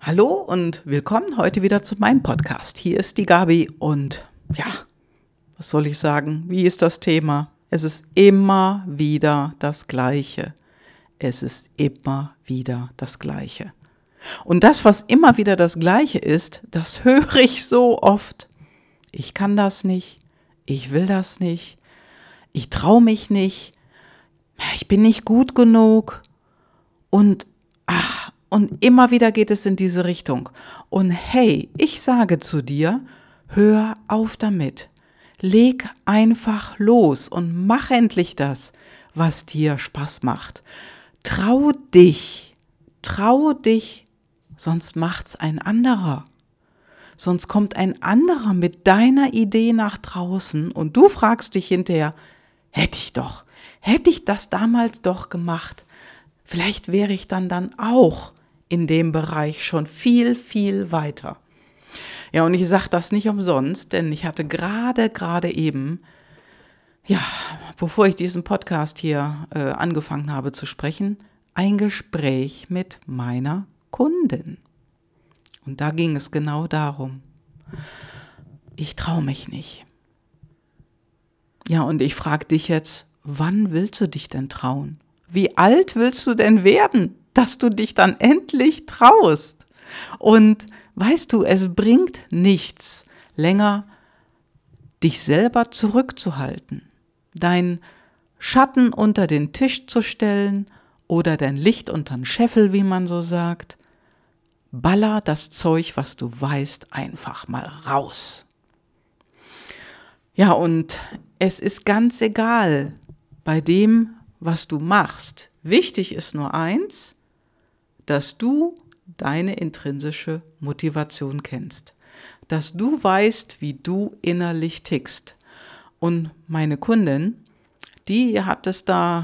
Hallo und willkommen heute wieder zu meinem Podcast. Hier ist die Gabi und ja, was soll ich sagen? Wie ist das Thema? Es ist immer wieder das Gleiche. Es ist immer wieder das Gleiche. Und das, was immer wieder das Gleiche ist, das höre ich so oft. Ich kann das nicht. Ich will das nicht. Ich traue mich nicht. Ich bin nicht gut genug. Und immer wieder geht es in diese Richtung. Und hey, ich sage zu dir, hör auf damit. Leg einfach los und mach endlich das, was dir Spaß macht. Trau dich, sonst macht's ein anderer. Sonst kommt ein anderer mit deiner Idee nach draußen und du fragst dich hinterher, hätte ich das damals doch gemacht. Vielleicht wäre ich dann auch in dem Bereich schon viel, viel weiter. Ja, und ich sage das nicht umsonst, denn ich hatte gerade eben, ja, bevor ich diesen Podcast hier angefangen habe zu sprechen, ein Gespräch mit meiner Kundin. Und da ging es genau darum. Ich traue mich nicht. Ja, und ich frage dich jetzt, wann willst du dich denn trauen? Wie alt willst du denn werden, dass du dich dann endlich traust? Und weißt du, es bringt nichts, länger dich selber zurückzuhalten, dein Schatten unter den Tisch zu stellen oder dein Licht unter den Scheffel, wie man so sagt. Baller das Zeug, was du weißt, einfach mal raus. Ja, und es ist ganz egal bei dem, was du machst. Wichtig ist nur eins, dass du deine intrinsische Motivation kennst. Dass du weißt, wie du innerlich tickst. Und meine Kundin, die hat es da,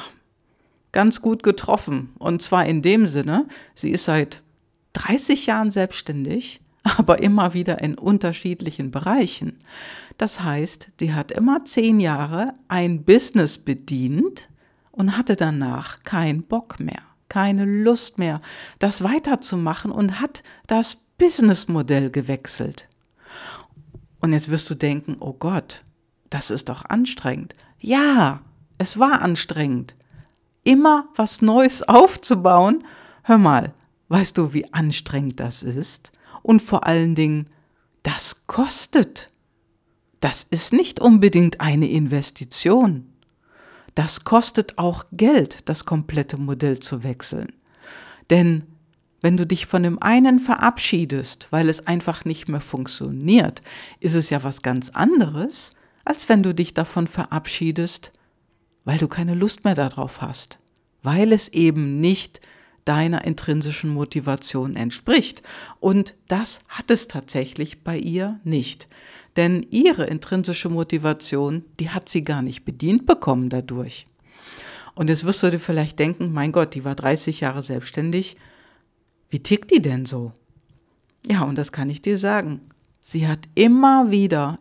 ganz gut getroffen. Und zwar in dem Sinne, sie ist seit 30 Jahren selbstständig, aber immer wieder in unterschiedlichen Bereichen. Das heißt, die hat immer 10 Jahre ein Business bedient und hatte danach keinen Bock mehr, keine Lust mehr, das weiterzumachen und hat das Businessmodell gewechselt. Und jetzt wirst du denken, oh Gott, das ist doch anstrengend. Ja, es war anstrengend. Immer was Neues aufzubauen. Hör mal, weißt du, wie anstrengend das ist? Und vor allen Dingen, das kostet. Das ist nicht unbedingt eine Investition. Das kostet auch Geld, das komplette Modell zu wechseln. Denn wenn du dich von dem einen verabschiedest, weil es einfach nicht mehr funktioniert, ist es ja was ganz anderes, als wenn du dich davon verabschiedest, weil du keine Lust mehr darauf hast, weil es eben nicht deiner intrinsischen Motivation entspricht. Und das hat es tatsächlich bei ihr nicht. Denn ihre intrinsische Motivation, die hat sie gar nicht bedient bekommen dadurch. Und jetzt wirst du dir vielleicht denken, mein Gott, die war 30 Jahre selbstständig. Wie tickt die denn so? Ja, und das kann ich dir sagen. Sie hat immer wieder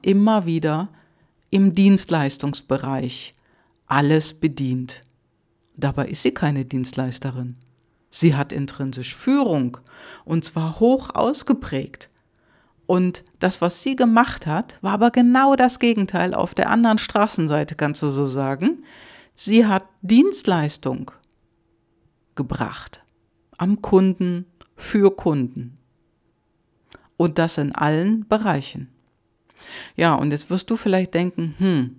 im Dienstleistungsbereich alles bedient. Dabei ist sie keine Dienstleisterin. Sie hat intrinsisch Führung und zwar hoch ausgeprägt. Und das, was sie gemacht hat, war aber genau das Gegenteil auf der anderen Straßenseite, kannst du so sagen. Sie hat Dienstleistung gebracht am Kunden, für Kunden. Und das in allen Bereichen. Ja, und jetzt wirst du vielleicht denken,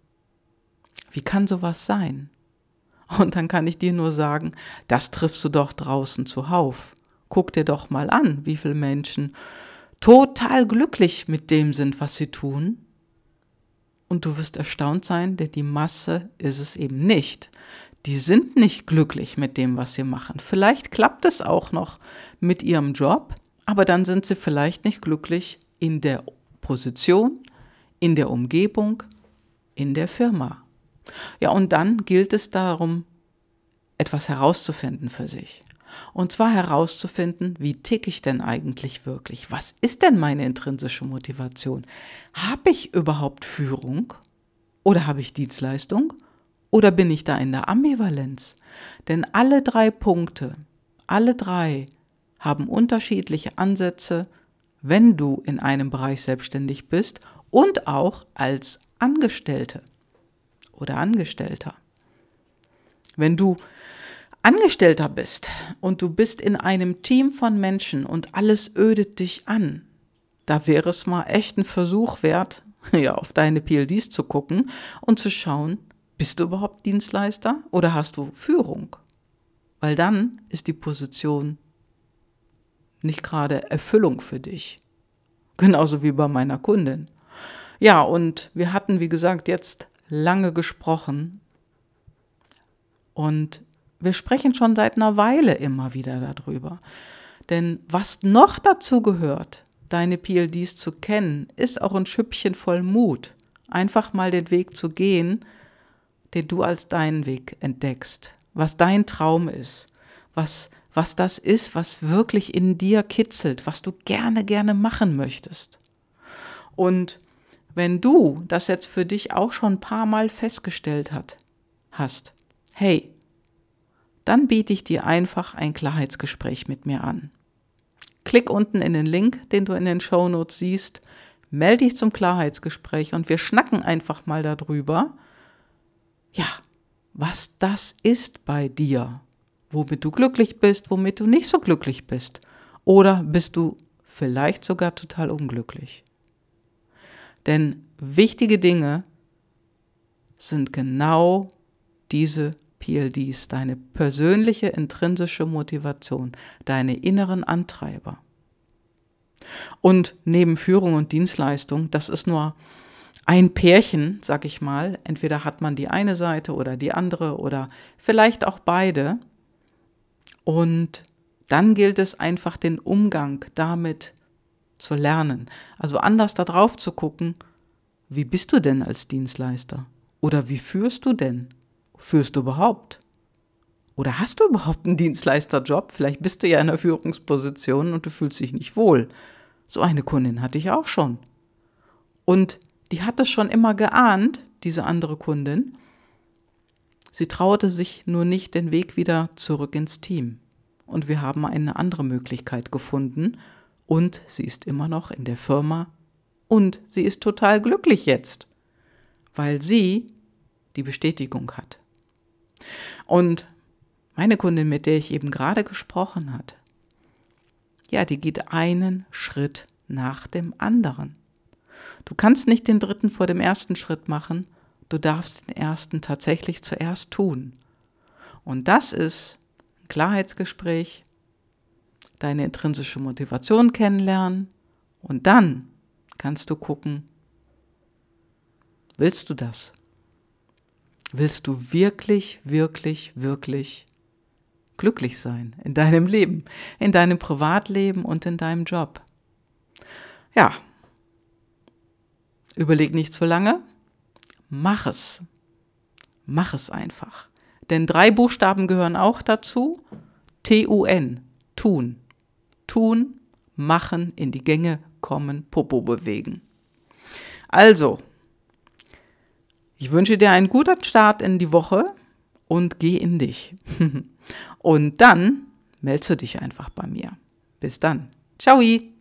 wie kann sowas sein? Und dann kann ich dir nur sagen, das triffst du doch draußen zuhauf. Guck dir doch mal an, wie viele Menschen total glücklich mit dem sind, was sie tun. Und du wirst erstaunt sein, denn die Masse ist es eben nicht. Die sind nicht glücklich mit dem, was sie machen. Vielleicht klappt es auch noch mit ihrem Job, aber dann sind sie vielleicht nicht glücklich in der Position, in der Umgebung, in der Firma. Ja, und dann gilt es darum, etwas herauszufinden für sich. Und zwar herauszufinden, wie ticke ich denn eigentlich wirklich? Was ist denn meine intrinsische Motivation? Habe ich überhaupt Führung? Oder habe ich Dienstleistung? Oder bin ich da in der Ambivalenz? Denn alle 3 Punkte, alle 3 haben unterschiedliche Ansätze, wenn du in einem Bereich selbstständig bist und auch als Angestellte oder Angestellter. Wenn du Angestellter bist und du bist in einem Team von Menschen und alles ödet dich an, da wäre es mal echt ein Versuch wert, ja, auf deine PLDs zu gucken und zu schauen, bist du überhaupt Dienstleister oder hast du Führung? Weil dann ist die Position nicht gerade Erfüllung für dich. Genauso wie bei meiner Kundin. Ja, und wir hatten, wie gesagt, jetzt lange gesprochen und wir sprechen schon seit einer Weile immer wieder darüber. Denn was noch dazu gehört, deine PLDs zu kennen, ist auch ein Schüppchen voll Mut. Einfach mal den Weg zu gehen, den du als deinen Weg entdeckst. Was dein Traum ist. Was das ist, was wirklich in dir kitzelt, was du gerne machen möchtest. Und wenn du das jetzt für dich auch schon ein paar Mal festgestellt hast, hey, dann biete ich dir einfach ein Klarheitsgespräch mit mir an. Klick unten in den Link, den du in den Shownotes siehst, melde dich zum Klarheitsgespräch und wir schnacken einfach mal darüber, ja, was das ist bei dir, womit du glücklich bist, womit du nicht so glücklich bist. Oder bist du vielleicht sogar total unglücklich? Denn wichtige Dinge sind genau diese PLDs, deine persönliche intrinsische Motivation, deine inneren Antreiber. Und neben Führung und Dienstleistung, das ist nur ein Pärchen, sag ich mal. Entweder hat man die eine Seite oder die andere oder vielleicht auch beide. Und dann gilt es einfach, den Umgang damit zu lernen. Also anders da drauf zu gucken, wie bist du denn als Dienstleister? Oder wie führst du denn? Führst du überhaupt? Oder hast du überhaupt einen Dienstleisterjob? Vielleicht bist du ja in einer Führungsposition und du fühlst dich nicht wohl. So eine Kundin hatte ich auch schon. Und die hat es schon immer geahnt, diese andere Kundin. Sie traute sich nur nicht den Weg wieder zurück ins Team. Und wir haben eine andere Möglichkeit gefunden. Und sie ist immer noch in der Firma. Und sie ist total glücklich jetzt, weil sie die Bestätigung hat. Und meine Kundin, mit der ich eben gerade gesprochen habe, ja, die geht einen Schritt nach dem anderen. Du kannst nicht den dritten vor dem ersten Schritt machen, du darfst den ersten tatsächlich zuerst tun. Und das ist ein Klarheitsgespräch, deine intrinsische Motivation kennenlernen und dann kannst du gucken, willst du das? Willst du wirklich glücklich sein in deinem Leben, in deinem Privatleben und in deinem Job? Ja, überleg nicht zu lange, mach es. Mach es einfach. Denn 3 Buchstaben gehören auch dazu. TUN, tun. Tun, machen, in die Gänge kommen, Popo bewegen. Also, ich wünsche dir einen guten Start in die Woche und geh in dich. Und dann meldest du dich einfach bei mir. Bis dann. Ciao.